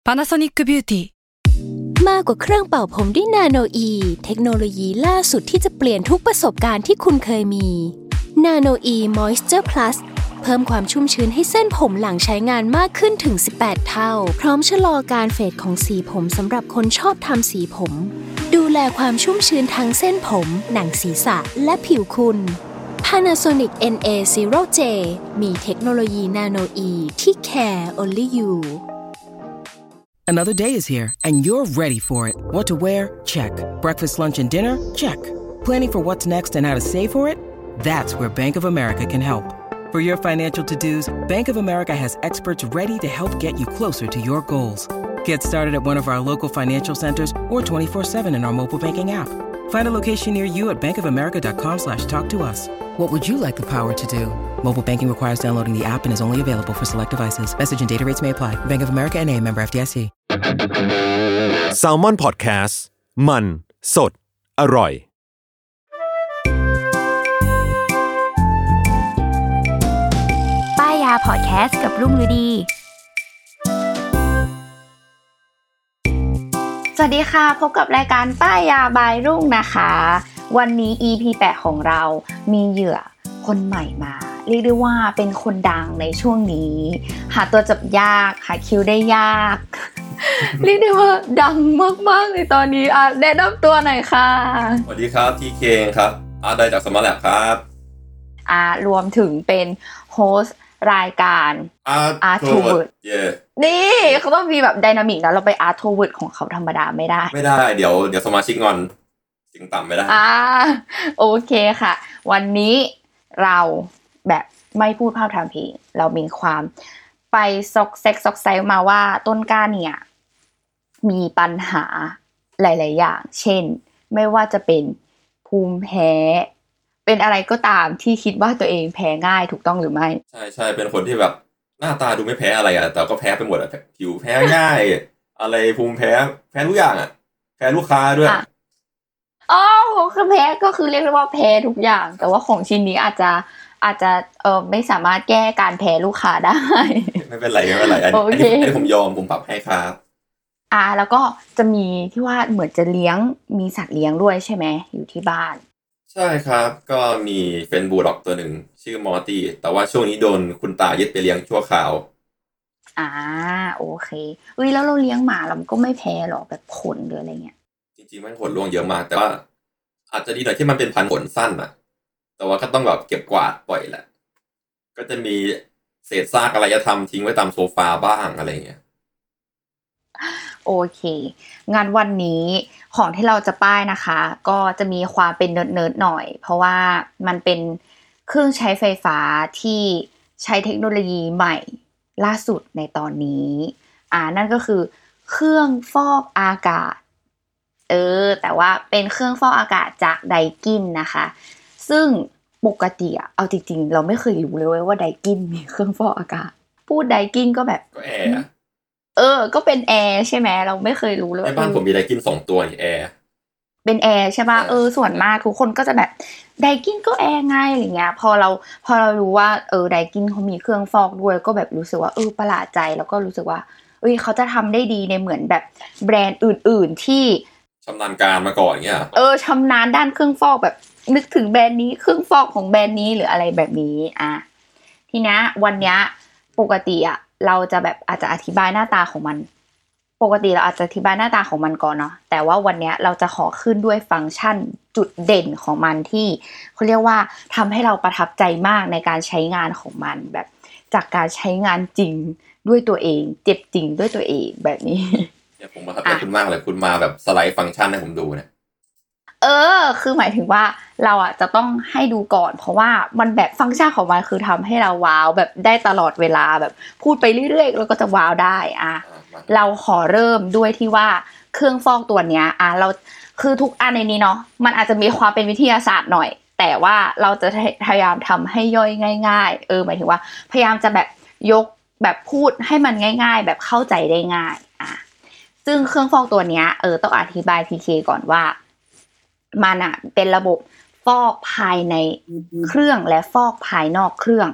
Panasonic Beauty มากกว่าเครื่องเป่าผมด้วยนาโนอีเทคโนโลยีล่าสุดที่จะเปลี่ยนทุกประสบการณ์ที่คุณเคยมีนาโนอีมอยส์เจอร์พลัสเพิ่มความชุ่มชื้นให้เส้นผมหลังใช้งานมากขึ้นถึง18เท่าพร้อมชะลอการเฟดของสีผมสำหรับคนชอบทำสีผมดูแลความชุ่มชื้นทั้งเส้นผมหนังศีรษะและผิวคุณ Panasonic NA0J มีเทคโนโลยีนาโนอีที่ care only you Another day is here, and you're ready for it. What to wear? Check. Breakfast, lunch, and dinner? Check. Planning for what's next and how to save for it? That's where Bank of America can help. For your financial to-dos, Bank of America has experts ready to help get you closer to your goals. Get started at one of our local financial centers or 24/7 in our mobile banking app. Find a location near you at bankofamerica.com/talktous. What would you like the power to do? Mobile banking requires downloading the app and is only available for select devices. Message and data rates may apply. Bank of America NA, member FDIC. Salmon Podcast มันสดอร่อยป้ายยาพอดแคสต์กับรุ่งฤดีสวัสดีค่ะพบกับรายการป้ายยาบายรุ่งนะคะวันนี้ EP 8ของเรามีเหยื่อคนใหม่มาเรียกได้ว่าเป็นคนดังในช่วงนี้หาตัวจับยากหาคิวได้ยากเรียกได้ว่าดังมากๆเลยตอนนี้แนะนำตัวหน่อยค่ะสวัสดีครับทีเคครับได้จากสมาร์ทแลบครับรวมถึงเป็นโฮสต์รายการArtoword นี่เขาต้องมีแบบไดนามิกนะเราไป Artoword ของเขาธรรมดาไม่ได้เดี๋ยวสมาชิกงอนเสียงต่ำไม่ได้โอเคค่ะวันนี้เราแบบไม่พูดพร่ำทำเพลงเรามีความไปซอกแซกมาว่าต้นกล้าเนี่ยมีปัญหาหลายๆอย่างเช่นไม่ว่าจะเป็นภูมิแพ้เป็นอะไรก็ตามที่คิดว่าตัวเองแพ้ง่ายถูกต้องหรือไม่ใช่เป็นคนที่แบบหน้าตาดูไม่แพ้อะไรแต่ก็แพ้ไปหมดผิวแพ้ง่ายอะไรภูมิแพ้ทุกอย่างแพ้ลูกค้าด้วยคือแพ้ก็คือเรียกได้ว่าแพ้ทุกอย่างแต่ว่าของชิ้นนี้อาจจะไม่สามารถแก้การแพ้ลูกค้าได้ไม่เป็นไรอันนี้ผมยอมผมปรับให้ครับแล้วก็จะมีที่ว่าเหมือนจะมีสัตว์เลี้ยงด้วยใช่ไหมอยู่ที่บ้านใช่ครับก็มีเฟนบูลด็อกตัวหนึ่งชื่อมอร์ตี้แต่ว่าช่วงนี้โดนคุณตายึดไปเลี้ยงชั่วคราวโอเคแล้วเราเลี้ยงหมาเราก็ไม่แพ้หรอแบบขนหรืออะไรเงี้ยจริงๆมันขนร่วงเยอะมากแต่ว่าอาจจะดีหน่อยที่มันเป็นพันธุ์ขนสั้นแต่ว่าก็ต้องแบบเก็บกวาดปล่อยแหละก็จะมีเศษซากอารยธรรมทิ้งไว้ตามโซฟาบ้างอะไรเงี้ยโอเคงานวันนี้ของที่เราจะป้ายนะคะก็จะมีความเป็นเนิร์ดๆหน่อยเพราะว่ามันเป็นเครื่องใช้ไฟฟ้าที่ใช้เทคโนโลยีใหม่ล่าสุดในตอนนี้นั่นก็คือเครื่องฟอกอากาศแต่ว่าเป็นเครื่องฟอกอากาศจากไดกินนะคะซึ่งปกติเอาจริงๆเราไม่เคยรู้เลยว่าไดกินมีเครื่องฟอกอากาศพูดไดกินก็แบบก็แอร์ก็เป็นแอร์ใช่ไหมเราไม่เคยรู้เลยในบ้านผมมีไดกิน2ตัวแอร์เป็นแอร์ใช่ป่ะส่วนมากทุกคนก็จะแบบไดกินก็แอร์ง่ายอะไรเงี้ยพอเรารู้ว่าไดกินเขามีเครื่องฟอกด้วยก็แบบรู้สึกว่าประหลาดใจแล้วก็รู้สึกว่าเขาจะทำได้ดีในเหมือนแบบแบรนด์อื่นๆที่ชำนาญการมาก่อนเงี้ยชำนาญด้านเครื่องฟอกแบบนึกถึงแบรนด์นี้เครื่องฟอกของแบรนด์นี้หรืออะไรแบบนี้ทีนี้วันนี้ปกติเราจะแบบอาจจะอธิบายหน้าตาของมันปกติเราอาจจะอธิบายหน้าตาของมันก่อนเนาะแต่ว่าวันนี้เราจะขอขึ้นด้วยฟังก์ชันจุดเด่นของมันที่เขาเรียกว่าทำให้เราประทับใจมากในการใช้งานของมันแบบจากการใช้งานจริงด้วยตัวเองเจ็บจริงด้วยตัวเองแบบนี้ผมประทับใจคุณมากเลยคุณมาแบบสไลด์ฟังก์ชันให้ผมดูเนี่ยคือหมายถึงว่าเราจะต้องให้ดูก่อนเพราะว่ามันแบบฟังก์ชันของมันคือทำให้เราว้าวแบบได้ตลอดเวลาแบบพูดไปเรื่อยๆแล้วก็จะว้าวได้เราขอเริ่มด้วยที่ว่าเครื่องฟอกตัวเนี้ยเราคือทุกอันในนี้เนาะมันอาจจะมีความเป็นวิทยาศาสตร์หน่อยแต่ว่าเราจะพยายามทำให้ย่อยง่ายๆหมายถึงว่าพยายามจะแบบยกแบบพูดให้มันง่ายๆแบบเข้าใจได้ง่ายซึ่งเครื่องฟอกตัวเนี้ยต้องอธิบาย PK ก่อนว่ามันเป็นระบบฟอกภายในเครื่องและฟอกภายนอกเครื่อง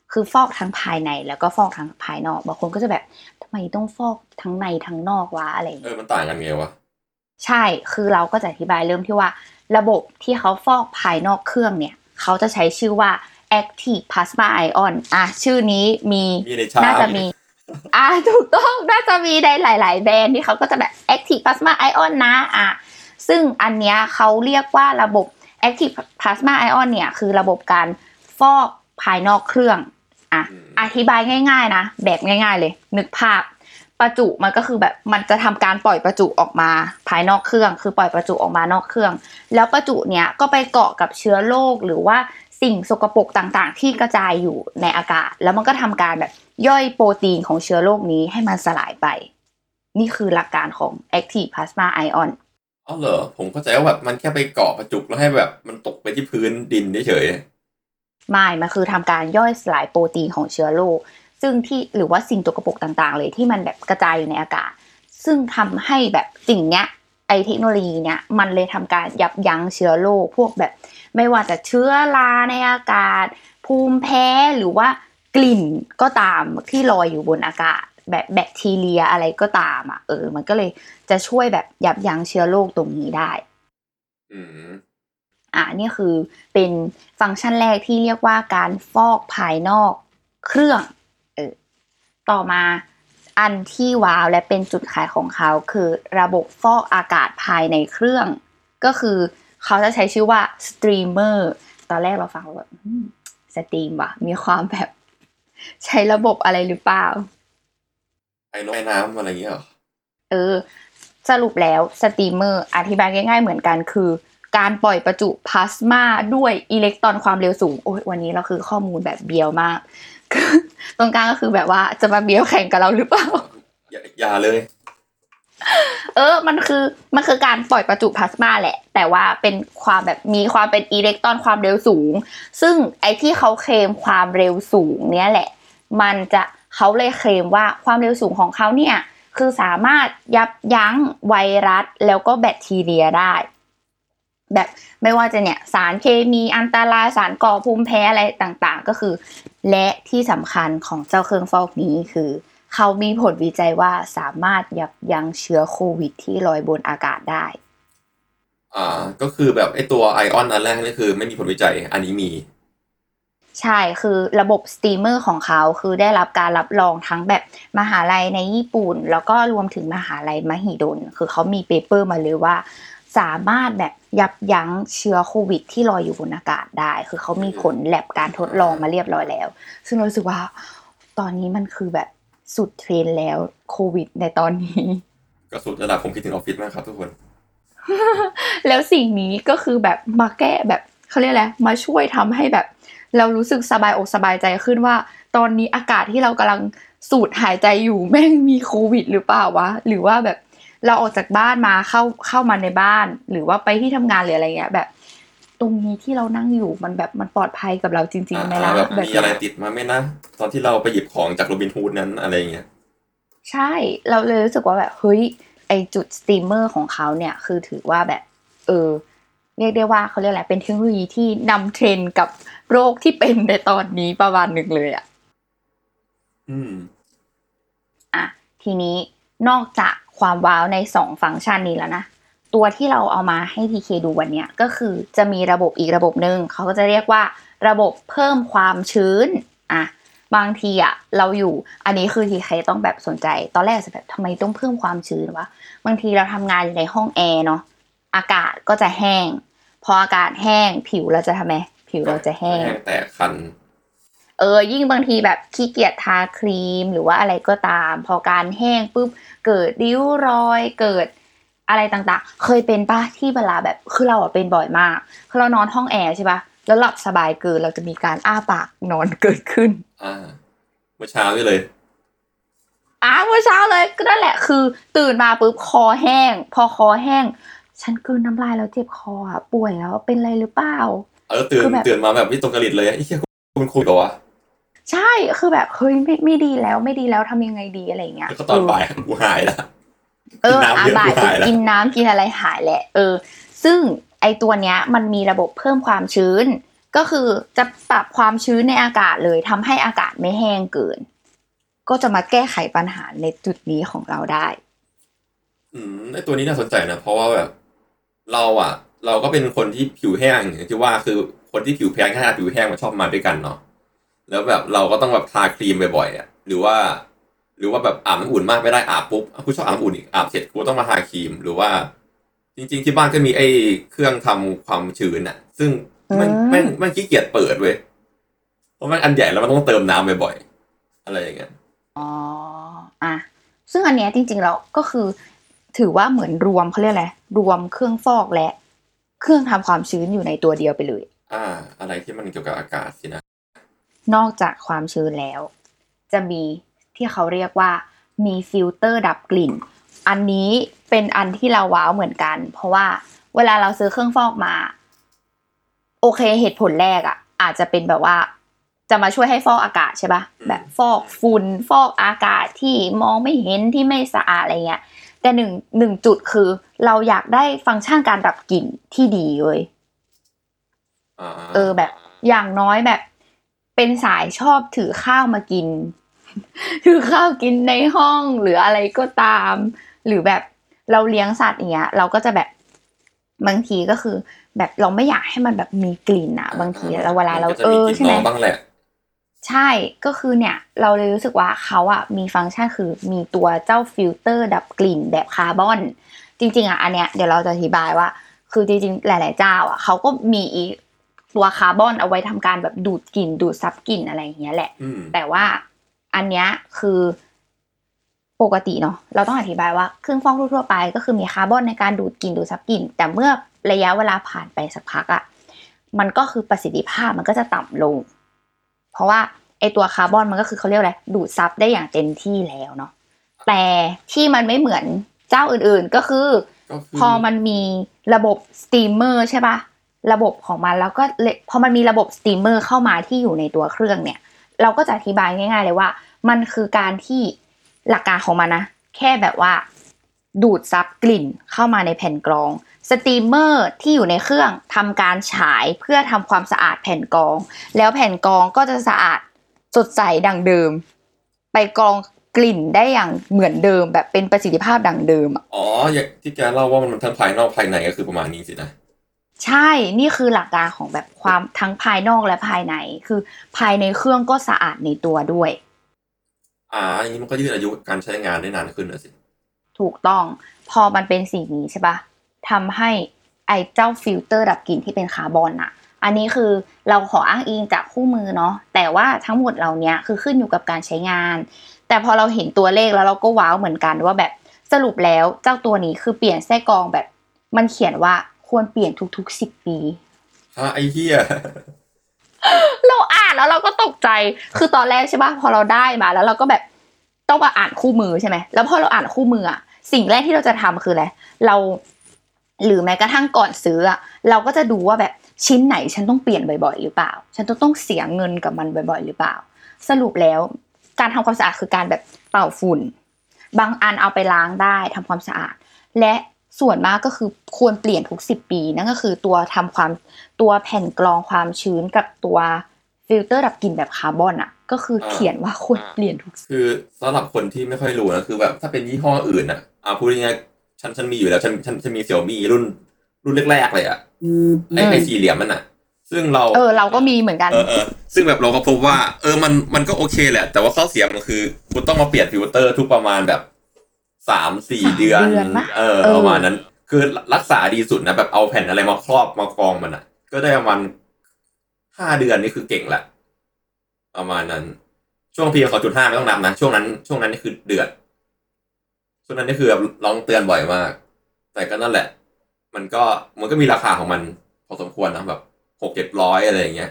คือฟอกทั้งภายในแล้วก็ฟอกทั้งภายนอกบางคนก็จะแบบทำไมต้องฟอกทั้งในทั้งนอกวะอะไรอย่างเงี้ยมันต่างกันไงวะใช่คือเราก็จะอธิบายเริ่มที่ว่าระบบที่เขาฟอกภายนอกเครื่องเนี่ยเขาจะใช้ชื่อว่า Active Plasma Ion ชื่อนี้น่าจะมีถูกต้องน่าจะมีในหลายๆแบรนด์ที่เขาก็จะแบบ Active Plasma Ion นะซึ่งอันเนี้ยเขาเรียกว่าระบบ Active Plasma Ion เนี่ยคือระบบการฟอกภายนอกเครื่องอธิบายง่ายๆนะแบบง่ายๆเลยนึกภาพประจุมันก็คือแบบมันจะทำการปล่อยประจุออกมาภายนอกเครื่องคือปล่อยประจุออกมานอกเครื่องแล้วประจุเนี้ยก็ไปเกาะกับเชื้อโรคหรือว่าสิ่งสกปรกต่างๆที่กระจายอยู่ในอากาศแล้วมันก็ทำการแบบย่อยโปรตีนของเชื้อโรคนี้ให้มันสลายไปนี่คือหลักการของ Active Plasma Ion เหรอผมเข้าใจว่าแบบมันแค่ไปเกาะประจุแล้วให้แบบมันตกไปที่พื้นดินเฉยไม่มันคือทำการย่อยสลายโปรตีนของเชื้อโรคซึ่งที่หรือว่าสิ่งสกปรกต่างๆเลยที่มันแบบกระจายอยู่ในอากาศซึ่งทำให้แบบสิ่งเนี้ยเทคโนโลยีเนี้ยมันเลยทำการยับยั้งเชื้อโรคพวกแบบไม่ว่าจะเชื้อราในอากาศภูมิแพ้หรือว่ากลิ่นก็ตามที่ลอยอยู่บนอากาศแบบแบคทีเรียอะไรก็ตามมันก็เลยจะช่วยแบบยับยั้งเชื้อโรคตรงนี้ได้นี่คือเป็นฟังก์ชันแรกที่เรียกว่าการฟอกภายนอกเครื่องต่อมาอันที่ว้าวและเป็นจุดขายของเขาคือระบบฟอกอากาศภายในเครื่องก็คือเขาจะใช้ชื่อว่าสตรีมเมอร์ตอนแรกเราฟังแบบสตรีมว่ะมีความแบบใช้ระบบอะไรหรือเปล่าไอ้น้ำอะไรอย่างเงี้ยสรุปแล้วสตรีมเมอร์อธิบายง่ายๆเหมือนกันคือการปล่อยประจุพลาสมาด้วยอิเล็กตรอนความเร็วสูงวันนี้เราคือข้อมูลแบบเบียวมากตรงกลางก็คือแบบว่าจะมาเบียวแข่งกับเราหรือเปล่าอย่าเลยมันคือการปล่อยประจุพลาสมาแหละแต่ว่าเป็นความแบบมีความเป็นอิเล็กตรอนความเร็วสูงซึ่งไอ้ที่เขาเคลมความเร็วสูงเนี้ยแหละเขาเลยเคลมว่าความเร็วสูงของเขาเนี่ยคือสามารถยับยั้งไวรัสแล้วก็แบคทีเรียได้แบบไม่ว่าจะเนี่ยสารเคมีอันตรายสารก่อภูมิแพ้อะไรต่างๆก็คือและที่สำคัญของเจ้าเครื่องฟอกนี้คือเขามีผลวิจัยว่าสามารถยับยั้งเชื้อโควิดที่ลอยบนอากาศได้ก็คือแบบไอตัวไอออนอันแรกนี่คือไม่มีผลวิจัยอันนี้มีใช่คือระบบสตรีมเมอร์ของเขาคือได้รับการรับรองทั้งแบบมหาลัยในญี่ปุ่นแล้วก็รวมถึงมหาลัยมหิดลคือเขามีเปเปอร์มาเลยว่าสามารถแบบยับยั้งเชื้อโควิดที่ลอยอยู่บนอากาศได้คือเขามีผลแลบการทดลองมาเรียบร้อยแล้วซึ่งเรารู้สึกว่าตอนนี้มันคือแบบสุดเทรนแล้วโควิดในตอนนี้ก็สุดระดับผมคิดถึงออฟฟิศมากครับทุกคนแล้วสิ่งนี้ก็คือแบบมาแก้แบบเขาเรียกอะไรมาช่วยทำให้แบบเรารู้สึกสบายอกสบายใจขึ้นว่าตอนนี้อากาศที่เรากำลังสูดหายใจอยู่แม่งมีโควิดหรือเปล่าวะหรือว่าแบบเราออกจากบ้านมาเข้ามาในบ้านหรือว่าไปที่ทำงานหรืออะไรเงี้ยแบบตรงนี้ที่เรานั่งอยู่มันแบบมันปลอดภัยกับเราจริงๆไหมล่ะแบบมีอะไรติดมาไหมนะตอนที่เราไปหยิบของจากโรบินฮูดนั้นอะไรเงี้ยใช่เราเลยรู้สึกว่าแบบเฮ้ยไอจุดสตรีมเมอร์ของเขาเนี่ยคือถือว่าแบบเรียกได้ว่าเขาเรียกอะไรเป็นเทคโนโลยีที่นำเทรนด์กับโรคที่เป็นในตอนนี้ประมาณนึงเลยทีนี้นอกจากความว้าวใน2ฟังก์ชันนี้แล้วนะตัวที่เราเอามาให้ TK ดูวันนี้ก็คือจะมีระบบอีกระบบนึงเขาก็จะเรียกว่าระบบเพิ่มความชื้นบางทีเราอยู่อันนี้คือ TK ต้องแบบสนใจตอนแรกจะแบบทำไมต้องเพิ่มความชื้นวะบางทีเราทำงานอยู่ในห้องแอร์เนาะอากาศก็จะแห้งพออากาศแห้งผิวเราจะทำไมผิวเราจะแห้งแตกคันยิ่งบางทีแบบขี้เกียจทาครีมหรือว่าอะไรก็ตามพอการแห้งปุ๊บเกิดริ้วรอยเกิดอะไรต่างๆเคยเป็นป่ะที่เวลาแบบคือเราเป็นบ่อยมากคือเรานอนห้องแอร์ใช่ป่ะแล้วหลับสบายเกินเราจะมีการอ้าปากนอนเกิดขึ้นเมื่อเช้าเลยเมื่อเช้าเลยก็นั่นแหละคือตื่นมาปุ๊บคอแห้งพอคอแห้งฉันกลืนน้ำลายแล้วเจ็บคอป่วยแล้วเป็นอะไรหรือเปล่าตื่นมาแบบวิตกจริตเลยไอ้เหี้ยคุณคุยกับวะใช่คือแบบเฮ้ยไม่ดีแล้วทำยังไงดีอะไรเงี้ยแล้วก็ตอนบ่ายกูหายแล้วบ่ายกินน้ำกินอะไรหายแหละซึ่งไอตัวเนี้ยมันมีระบบเพิ่มความชื้นก็คือจะปรับความชื้นในอากาศเลยทำให้อากาศไม่แห้งเกินก็จะมาแก้ไขปัญหาในจุดนี้ของเราได้ไอตัวนี้น่าสนใจนะเพราะว่าแบบเราก็เป็นคนที่ผิวแห้งอย่างที่ว่าคือคนที่ผิวแพ้ง่ายผิวแห้งมันชอบมาด้วยกันเนาะแล้วแบบเราก็ต้องแบบทาครีมบ่อยๆอ่ะหรือว่าแบบอาบน้ำอุ่นมากไม่ได้อาบปุ๊บกูชอบอาบน้ำอุ่นอีกอาบเสร็จกูต้องมาทาครีมหรือว่าจริงๆที่บ้านก็มีไอ้เครื่องทำความชื้นน่ะซึ่งมันขี้เกียจเปิดเว้ยเพราะมันอันใหญ่แล้วมันต้องเติมน้ำบ่อยๆอะไรอย่างเงี้ยซึ่งอันเนี้ยจริงๆแล้วก็คือถือว่าเหมือนรวมเขาเรียกอะไรรวมเครื่องฟอกและเครื่องทำความชื้นอยู่ในตัวเดียวไปเลยอะไรที่มันเกี่ยวกับอากาศสินะนอกจากความชื้นแล้วจะมีที่เขาเรียกว่ามีฟิลเตอร์ดับกลิ่นอันนี้เป็นอันที่เราว้าวเหมือนกันเพราะว่าเวลาเราซื้อเครื่องฟอกมาโอเคเหตุผลแรกอาจจะเป็นแบบว่าจะมาช่วยให้ฟอกอากาศใช่ป่ะแบบฟอกฝุ่นฟอกอากาศที่มองไม่เห็นที่ไม่สะอาดอะไรเงี้ยแต่หนึ่งจุดคือเราอยากได้ฟังก์ชันการดับกลิ่นที่ดีเว้ยแบบอย่างน้อยแบบเป็นสายชอบถือข้าวมากินถือข้าวกินในห้องหรืออะไรก็ตามหรือแบบเราเลี้ยงสัตว์อย่างเงี้ยเราก็จะแบบบางทีก็คือแบบเราไม่อยากให้มันแบบมีกลิ่นบางทีเราเวลาเราใช่ไหมใช่ก็คือเนี่ยเราเลยรู้สึกว่าเขามีฟังก์ชันคือมีตัวเจ้าฟิลเตอร์ดับกลิ่นแบบคาร์บอนจริงๆอันเนี้ยเดี๋ยวเราจะอธิบายว่าคือจริงๆหลายๆเจ้าเขาก็มีตัวคาร์บอนเอาไว้ทำการแบบดูดกลิ่นดูดซับกลิ่นอะไรอย่างเงี้ยแหละแต่ว่าอันเนี้ยคือปกติเนาะเราต้องอธิบายว่าเครื่องฟอกทั่วไปก็คือมีคาร์บอนในการดูดกลิ่นดูดซับกลิ่นแต่เมื่อระยะเวลาผ่านไปสักพักมันก็คือประสิทธิภาพมันก็จะต่ำลงเพราะว่าไอตัวคาร์บอนมันก็คือเขาเรียกอะไรดูดซับได้อย่างเต็มที่แล้วเนาะแต่ที่มันไม่เหมือนเจ้าอื่นๆก็คือพอมันมีระบบสตรีมเมอร์ใช่ปะระบบของมันแล้วก็พอมันมีระบบสตรีมเมอร์เข้ามาที่อยู่ในตัวเครื่องเนี่ยเราก็จะอธิบายง่ายๆเลยว่ามันคือการที่หลักการของมันนะแค่แบบว่าดูดซับกลิ่นเข้ามาในแผ่นกรองสตรีมเมอร์ที่อยู่ในเครื่องทำการฉายเพื่อทำความสะอาดแผ่นกรองแล้วแผ่นกรองก็จะสะอาดสดใสดังเดิมไปกรองกลิ่นได้อย่างเหมือนเดิมแบบเป็นประสิทธิภาพดังเดิมอย่างที่แกเล่าว่ามันทั้งภายนอกภายในก็คือประมาณนี้สินะใช่นี่คือหลักการของแบบความทั้งภายนอกและภายในคือภายในเครื่องก็สะอาดในตัวด้วยอย่างนี้มันก็ยืดอายุการใช้งานได้นานขึ้นนะสิถูกต้องพอมันเป็นสิ่งนี้ใช่ปะทำให้ไอ้เจ้าฟิลเตอร์ดับกลิ่นที่เป็นคาร์บอนอันนี้คือเราขออ้างอิงจากคู่มือเนาะแต่ว่าทั้งหมดเหล่านี้คือขึ้นอยู่กับการใช้งานแต่พอเราเห็นตัวเลขแล้วเราก็ว้าวเหมือนกันว่าแบบสรุปแล้วเจ้าตัวนี้คือเปลี่ยนไส้กรองแบบมันเขียนว่าควรเปลี่ยนทุกๆ10 ปีไอ้เหี้ยเราอ่านแล้วเราก็ตกใจคือตอนแรกใช่ป่ะพอเราได้มาแล้วเราก็แบบต้องมาอ่านคู่มือใช่ไหมแล้วพอเราอ่านคู่มือสิ่งแรกที่เราจะทำคืออะไรเราหรือแม้กระทั่งก่อนซื้อเราก็จะดูว่าแบบชิ้นไหนฉันต้องเปลี่ยนบ่อยๆหรือเปล่าฉันต้องเสียเงินกับมันบ่อยๆหรือเปล่าสรุปแล้วการทำความสะอาดคือการแบบเป่าฝุ่นบางอันเอาไปล้างได้ทำความสะอาดและส่วนมากก็คือควรเปลี่ยนทุก10 ปีนั่นก็คือตัวแผ่นกรองความชื้นกับตัวฟิลเตอร์ดับกลิ่นแบบคาร์บอนก็คือเขียนว่าควรเปลี่ยนทุกคือสำหรับคนที่ไม่ค่อยรู้นะคือแบบถ้าเป็นยี่ห้ออื่นพูดง่ายๆฉันมีอยู่แล้วฉันมี Xiaomi รุ่นแรกๆเลยไอ้สี่เหลี่ยมมันซึ่งเราก็มีเหมือนกันซึ่งแบบเราก็พบว่ามันก็โอเคแหละแต่ว่าข้อเสียมันคือคุณต้องมาเปลี่ยนฟิลเตอร์ทุกประมาณแบบ3-4 เดือนประมาณนั้นคือรักษาดีสุดนะแบบเอาแผ่นอะไรมาครอบมากองมันก็ได้ประมาณ5 เดือนนี่คือเก่งละประมาณนั้นช่วง PM 2.5ไม่ต้องนับนะช่วงนั้นนี่คือเดือดช่วงนั้นนี่คือแบบร้องเตือนบ่อยมากแต่ก็นั่นแหละมันก็มีราคาของมันพอสมควรนะแบบ600-700อะไรอย่างเงี้ย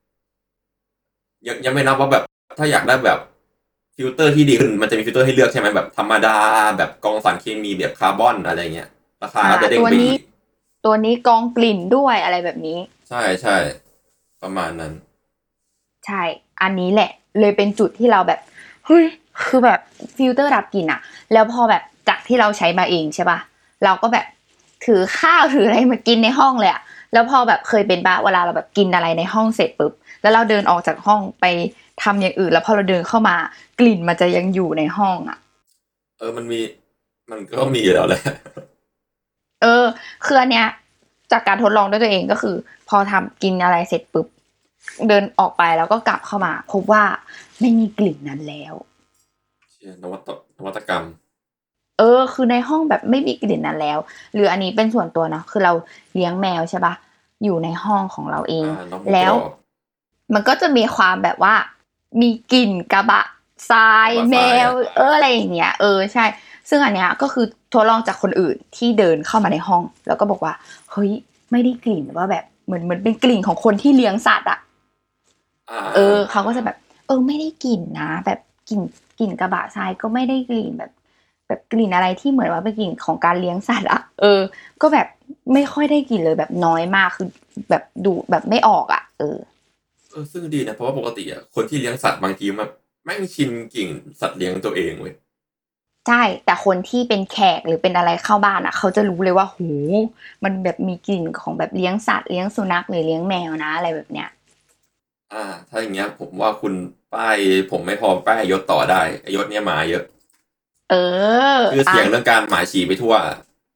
ยังไม่นับว่าแบบถ้าอยากได้แบบฟิลเตอร์ที่ดีขึ้นมันจะมีฟิลเตอร์ให้เลือกใช่ไหมแบบธรรมดาแบบกรองสารเคมีแบบคาร์บอนอะไรเงี้ยราคาก็จะเด้งไปตัวนี้กรองกลิ่นด้วยอะไรแบบนี้ใช่ประมาณนั้นใช่อันนี้แหละเลยเป็นจุดที่เราแบบเฮ้ยคือแบบฟิลเตอร์ดับกลิ่นแล้วพอแบบจากที่เราใช้มาเองใช่ป่ะเราก็แบบถือข้าวถืออะไรมากินในห้องเลยแล้วพอแบบเคยเป็นเวลาเราแบบกินอะไรในห้องเสร็จปุ๊บแล้วเราเดินออกจากห้องไปทำอย่างอื่นแล้วพอเราเดินเข้ามากลิ่นมันจะยังอยู่ในห้องอ่ะมันก็มีอยู่แล้วแหละคืออันเนี้ยจากการทดลองด้วยตัวเองก็คือพอทำกินอะไรเสร็จปุ๊บเดินออกไปแล้วก็กลับเข้ามาพบว่าไม่มีกลิ่นนั้นแล้วนวัตกรรมคือในห้องแบบไม่มีกลิ่นนั้นแล้วหรืออันนี้เป็นส่วนตัวเนาะคือเราเลี้ยงแมวใช่ปะอยู่ในห้องของเราเองแล้วมันก็จะมีความแบบว่ามีกลิ่นกระบะทรายแมวอะไรอย่างเงี้ยใช่ซึ่งอันเนี้ยก็คือทดลองจากคนอื่นที่เดินเข้ามาในห้องแล้วก็บอกว่าเฮ้ยไม่ได้กลิ่นว่าแบบเหมือนเป็นกลิ่นของคนที่เลี้ยงสัตว์อ่ะเขาก็จะแบบไม่ได้กลิ่นนะแบบกลิ่นกระบะทรายก็ไม่ได้กลิ่นแบบกลิ่นอะไรที่เหมือนว่าเป็นกลิ่นของการเลี้ยงสัตว์อ่ะก็แบบไม่ค่อยได้กลิ่นเลยแบบน้อยมากคือแบบดูแบบไม่ออกอ่ะซึ่งดีนะเพราะว่าปกติอ่ะคนที่เลี้ยงสัตว์บางทีมันไม่ชินกลิ่นสัตว์เลี้ยงตัวเองเว้ยใช่แต่คนที่เป็นแขกหรือเป็นอะไรเข้าบ้านอ่ะเขาจะรู้เลยว่าโหมันแบบมีกลิ่นของแบบเลี้ยงสัตว์เลี้ยงสุนัขหรือเลี้ยงแมวนะอะไรแบบเนี้ยถ้าอย่างเงี้ยผมว่าคุณป้ายผมไม่พอป้ายยศต่อได้ยศเนี้ยหมาเยอะคือเสียงเรื่องการหมาฉี่ไปทั่ว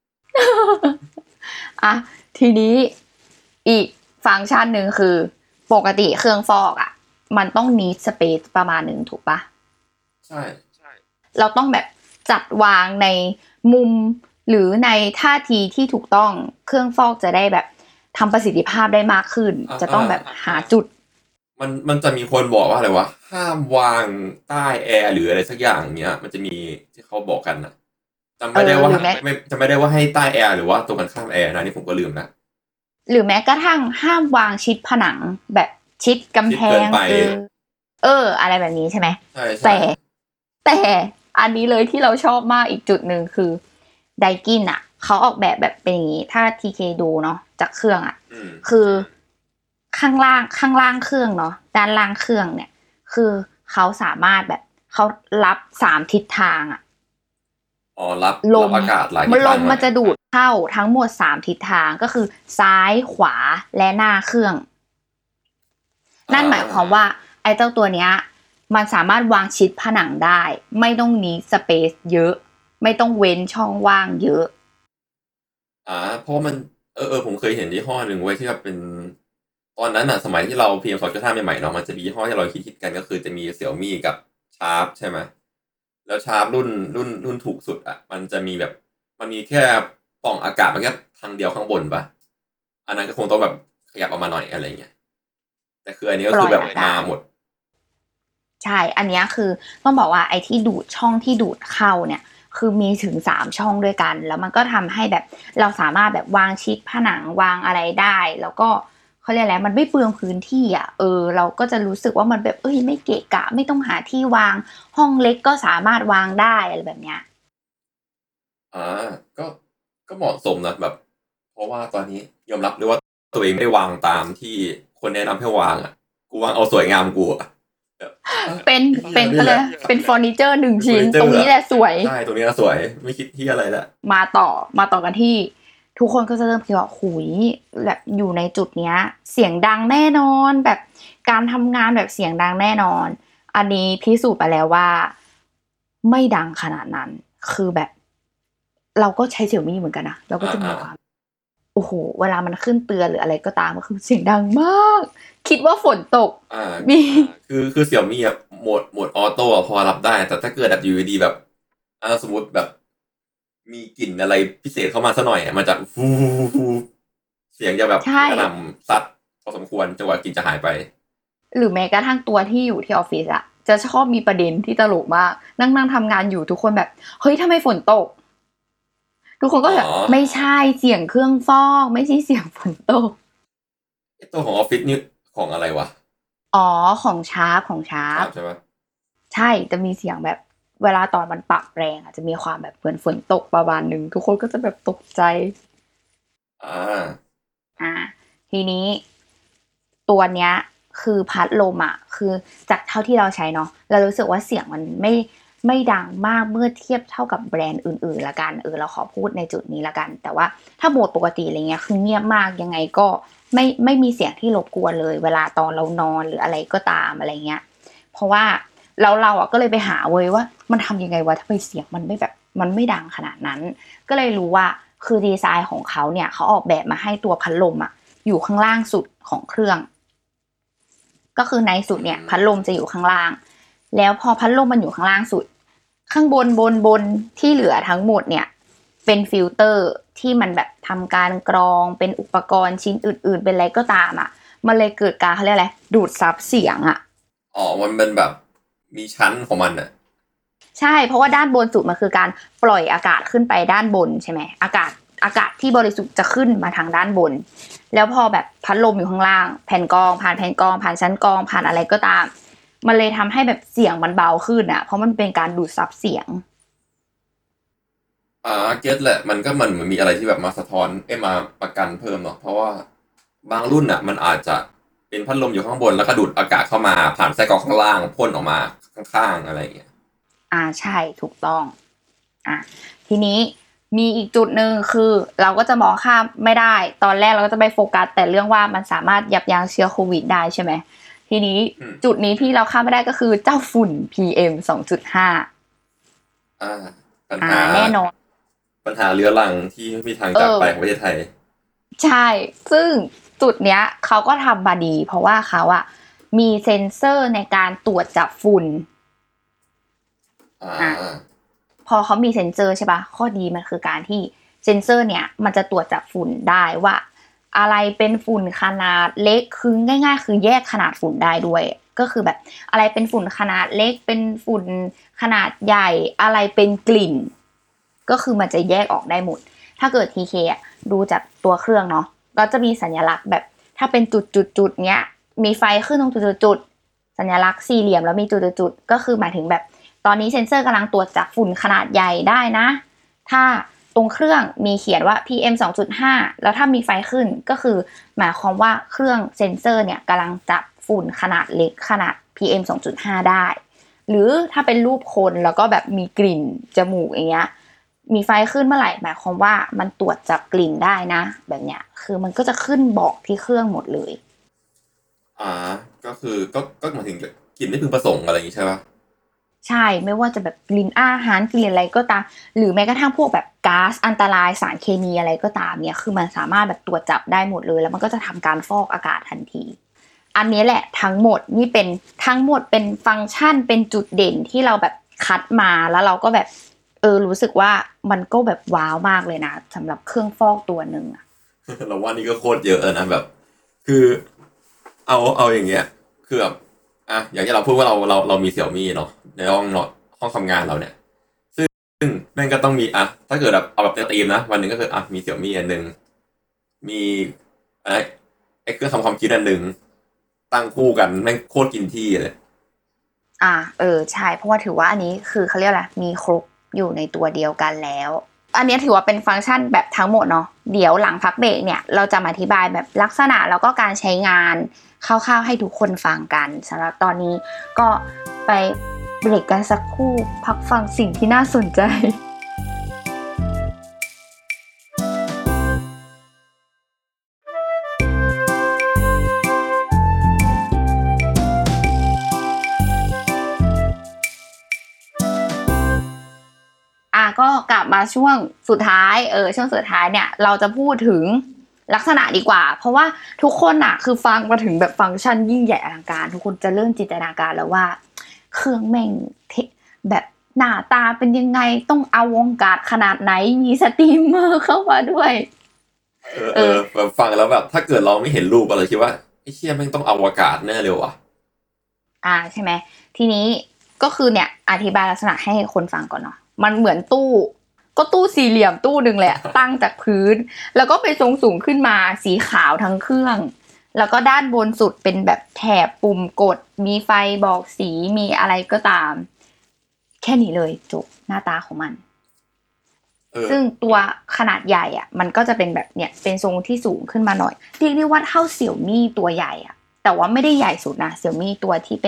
ทีนี้อีกฟังก์ชันหนึ่งคือปกติเครื่องฟอกอ่ะมันต้องneed space ประมาณนึงถูกปะใช่เราต้องแบบจัดวางในมุมหรือในท่าทีที่ถูกต้องเครื่องฟอกจะได้แบบทำประสิทธิภาพได้มากขึ้นจะต้องแบบหาจุดมันจะมีคนบอกว่าอะไรวะห้ามวางใต้แอร์หรืออะไรสักอย่างเงี้ยมันจะมีที่เขาบอกกันนะจำไม่ได้ว่าจำไม่ได้ว่าให้ใต้แอร์หรือว่าตรงกันข้ามแอร์นะนี่ผมก็ลืมนะหรือแม้กระทั่งห้ามวางชิดผนังแบบชิดกำแพงอะไรแบบนี้ใช่ไหมแต่อันนี้เลยที่เราชอบมากอีกจุดหนึ่งคือไดกินอ่ะเขาออกแบบเป็นอย่างนี้ถ้า TK ดูเนาะจากเครื่องอ่ะคือข้างล่างเครื่องเนาะด้านล่างเครื่องเนี่ยคือเขาสามารถแบบเขารับ3ทิศทางอ่ะรับอากาศหลายทิศทางลมมันจะดูดเข้าทั้งหมด3ทิศทางก็คือซ้ายขวาและหน้าเครื่องนั่นหมายความว่าไอ้เจ้าตัวเนี้ยมันสามารถวางชิดผนังได้ไม่ต้องneed space เยอะไม่ต้องเว้นช่องว่างเยอะเพราะมันผมเคยเห็นยี่ห้อหนึ่งไว้ที่แบบเป็นตอนนั้นน่ะสมัยที่เรา PM 2.5 ใหม่ๆเนาะมันจะมียี่ห้อที่เราคิดกันก็คือจะมี Xiaomi กับ Sharp ใช่ไหมแล้วSharp รุ่นถูกสุดอ่ะมันจะมีแบบมันมีแค่ปล่องอากาศมันแค่ทางเดียวข้างบนปะอันนั้นก็คงต้องแบบขยับออกมาหน่อยอะไรเงี้ยแต่คืออันนี้ก็คือแบบมาหมดใช่อันนี้คือต้องบอกว่าไอ้ที่ดูดช่องที่ดูดเข้าเนี่ยคือมีถึง3ช่องด้วยกันแล้วมันก็ทำให้แบบเราสามารถแบบวางชิดผนังวางอะไรได้แล้วก็เขาเรียกอะไรมันไม่เปลืองพื้นที่อ่ะเราก็จะรู้สึกว่ามันแบบไม่เกะกะไม่ต้องหาที่วางห้องเล็กก็สามารถวางได้อะไรแบบเนี้ยก็เหมาะสมนะแบบเพราะว่าตอนนี้ยอมรับเลยว่าตัวเองไม่ได้วางตามที่คนแนะนำให้วางอ่ะกูวางเอาสวยงามกูเป็นอะไรเป็นเฟอร์นิเจอร์1ชิ้นตรงนี้แหละสวยใช่ตรงนี้สวยไม่คิดที่อะไรละมาต่อกันที่ทุกคนก็จะเริ่มคิดว่าหุยแบบอยู่ในจุดเนี้ยเสียงดังแน่นอนแบบการทำงานแบบเสียงดังแน่นอนอันนี้พิสูจน์ไปแล้วว่าไม่ดังขนาดนั้นคือแบบเราก็ใช้Xiaomiเหมือนกันนะเราก็จะมีความโอ้โหเวลามันขึ้นเตือนหรืออะไรก็ตามก็คือเสียงดังมากคิดว่าฝนตกมีคือXiaomiอ่ะโหมดออโต้พอรับได้แต่ถ้าเกิดแบบอยู่ดีแบบสมมติแบบมีกลิ่นอะไรพิเศษเข้ามาซะหน่อยมันจะฟูเสียงจะแบบกระหน่ำซัดพอสมควรจนกว่ากลิ่นจะหายไปหรือแม้กระทั่งตัวที่อยู่ที่ออฟฟิศอะจะชอบมีประเด็นที่ตลกมากนั่งทำงานอยู่ทุกคนแบบเฮ้ยทำไมฝนตกทุกคนก็แบบไม่ใช่เสียงเครื่องฟอกไม่ใช่เสียงฝนตกตัวของออฟฟิศนี่ของอะไรวะของชาร์ปใช่ปะใช่จะมีเสียงแบบเวลาตอนมันปรับแรงจะมีความแบบเหมือนฝนตกประมาณนึงทุกคนก็จะแบบตกใจทีนี้ตัวเนี้ยคือพัดลมคือจากเท่าที่เราใช้เนาะเรารู้สึกว่าเสียงมันไม่ดังมากเมื่อเทียบเท่ากับแบรนด์อื่นๆละกันเราขอพูดในจุดนี้ละกันแต่ว่าถ้าโหมดปกติอะไรเงี้ยคือเงียบมากยังไงก็ไม่มีเสียงที่รบกวนเลยเวลาตอนเรานอนหรืออะไรก็ตามอะไรเงี้ยเพราะว่าเราอ่ะก็เลยไปหาเว้ยว่ามันทำยังไงวะทำไมเสียงมันไม่ดังขนาดนั้นก็เลยรู้ว่าคือดีไซน์ของเขาเนี่ยเขาออกแบบมาให้ตัวพัดลมอ่ะอยู่ข้างล่างสุดของเครื่องก็คือในสุดเนี่ยพัดลมจะอยู่ข้างล่างแล้วพอพัดลมมันอยู่ข้างล่างสุดข้างบนที่เหลือทั้งหมดเนี่ยเป็นฟิลเตอร์ที่มันแบบทำการกรองเป็นอุปกรณ์ชิ้นอื่นๆเป็นอะไรก็ตามอ่ะมันเลยเกิดการเขาเรียกอะไรดูดซับเสียงอ่ะมันเป็นแบบมีชั้นของมันอ่ะใช่เพราะว่าด้านบนสุดมันคือการปล่อยอากาศขึ้นไปด้านบนใช่ไหมอากาศที่บริสุทธิ์จะขึ้นมาทางด้านบนแล้วพอแบบพัดลมอยู่ข้างล่างแผ่นกรองผ่านแผ่นกรองผ่านชั้นกรองผ่านอะไรก็ตามมันเลยทำให้แบบเสียงมันเบาขึ้นอ่ะเพราะมันเป็นการดูดซับเสียงเก็ตแหละมันก็มันเหมือนมีอะไรที่แบบมาสะท้อนมาประกันเพิ่มเนาะเพราะว่าบางรุ่นอ่ะมันอาจจะเป็นพัดลมอยู่ข้างบนแล้วก็ดูดอากาศเข้ามาผ่านไส้กรองข้างล่างพ่นออกมาข้างๆอะไรอย่างเงี้ยใช่ถูกต้องทีนี้มีอีกจุดนึงคือเราก็จะมองข้ามไม่ได้ตอนแรกเราก็จะไปโฟกัสแต่เรื่องว่ามันสามารถยับยั้งเชื้อโควิดได้ใช่ไหมทีนี้จุดนี้ที่เราข้ามไม่ได้ก็คือเจ้าฝุ่น PM 2.5 ปัญหาแน่นอนปัญหาเรื้อรังที่ไม่มีทางจากไปของประเทศไทยใช่ซึ่งจุดเนี้ยเขาก็ทำมาดีเพราะว่าเขาอะมีเซ็นเซอร์ในการตรวจจับฝุ่นพอเขามีเซ็นเซอร์ใช่ปะข้อดีมันคือการที่เซ็นเซอร์เนี่ยมันจะตรวจจับฝุ่นได้ว่าอะไรเป็นฝุ่นขนาดเล็กคือง่ายๆคือแยกขนาดฝุ่นได้ด้วยก็คือแบบอะไรเป็นฝุ่นขนาดเล็กเป็นฝุ่นขนาดใหญ่อะไรเป็นกลิ่นก็คือมันจะแยกออกได้หมดถ้าเกิด TK อ่ะดูจากตัวเครื่องเนาะก็จะมีสัญลักษณ์แบบถ้าเป็นจุดๆเนี้ยมีไฟขึ้นตรงจุดๆสัญลักษณ์สี่เหลี่ยมแล้วมีจุดๆก็คือหมายถึงแบบตอนนี้เซ็นเซอร์กำลังตรวจจับฝุ่นขนาดใหญ่ได้นะถ้าตรงเครื่องมีเขียนว่า PM 2.5 แล้วถ้ามีไฟขึ้นก็คือหมายความว่าเครื่องเซ็นเซอร์เนี่ยกำลังจับฝุ่นขนาดเล็กขนาด PM 2.5 ได้หรือถ้าเป็นรูปคนแล้วก็แบบมีกลิ่นจมูกอย่างเงี้ยมีไฟขึ้นเมื่อไหร่หมายความว่ามันตรวจจับกลิ่นได้นะแบบเนี้ยคือมันก็จะขึ้นบอกที่เครื่องหมดเลยก็คือก็หมายถึงกลิ่นไม่พึงประสงค์อะไรอย่างงี้ใช่ปะใช่ไม่ว่าจะแบบกลิ่นอาหารกลิ่นอะไรก็ตามหรือแม้กระทั่งพวกแบบก๊าซอันตรายสารเคมีอะไรก็ตามเนี่ยคือมันสามารถแบบตรวจจับได้หมดเลยแล้วมันก็จะทำการฟอกอากาศทันทีอันนี้แหละทั้งหมดนี่เป็นทั้งหมดเป็นฟังก์ชันเป็นจุดเด่นที่เราแบบคัดมาแล้วเราก็แบบรู้สึกว่ามันก็แบบว้าวมากเลยนะสำหรับเครื่องฟอกตัวนึงอะเราว่านี่ก็โคตรเยอะนะแบบคือเอาอย่างเงี้ยคือแบบอย่างที่เราพูดว่าเรามี Xiaomi เนาะในห้องทำงานเราเนี่ยซึ่งแม่งก็ต้องมีถ้าเกิดแบบเอาแบบตีมนะวันนึงก็คือมี Xiaomi อันนึงมีไอ้เครื่องทำความคิดอันนึงตั้งคู่กันแม่งโคตรกินที่เลยใช่เพราะว่าถือว่าอันนี้คือเขาเรียกอะไรมีครบอยู่ในตัวเดียวกันแล้วอันนี้ถือว่าเป็นฟังก์ชันแบบทั้งหมดเนาะเดี๋ยวหลังพักเบรกเนี่ยเราจะมาอธิบายแบบลักษณะแล้วก็การใช้งานคร่าวๆให้ทุกคนฟังกันสำหรับตอนนี้ก็ไปเบรกกันสักครู่พักฟังสิ่งที่น่าสนใจก็กลับมาช่วงสุดท้ายช่วงสุดท้ายเนี่ยเราจะพูดถึงลักษณะดีกว่าเพราะว่าทุกคนน่ะคือฟังมาถึงแบบฟังก์ชันยิ่งใหญ่อลังการทุกคนจะเริ่มจินตนาการแล้วว่าเครื่องแม่งแบบหน้าตาเป็นยังไงต้องอวกาศขนาดไหนมีสตรีมเมอร์เข้ามาด้วยฟังแล้วแบบถ้าเกิดเราไม่เห็นรูปอะไรคิดว่าไอ้เชี่ยแม่งต้องอวกาศแน่เลยว่ะใช่ไหมทีนี้ก็คือเนี่ยอธิบายลักษณะให้คนฟังก่อนเนาะมันเหมือนตู้สี่เหลี่ยมตู้นึงแหละ ตั้งจากพื้นแล้วก็ไปสูงขึ้นมาสีขาวทั้งเครื่องแล้วก็ด้านบนสุดเป็นแบบแถบปุ่มกดมีไฟบอกสีมีอะไรก็ตามแค่นี้เลยจบหน้าตาของมันซึ่งตัวขนาดใหญ่อ่ะมันก็จะเป็นแบบเนี่ยเป็นทรงที่สูงขึ้นมาหน่อยเรียกได้ว่าเท่า Xiaomi ตัวใหญ่อ่ะแต่ว่าไม่ได้ใหญ่สุดนะ Xiaomi ตัวที่เป็นแบบ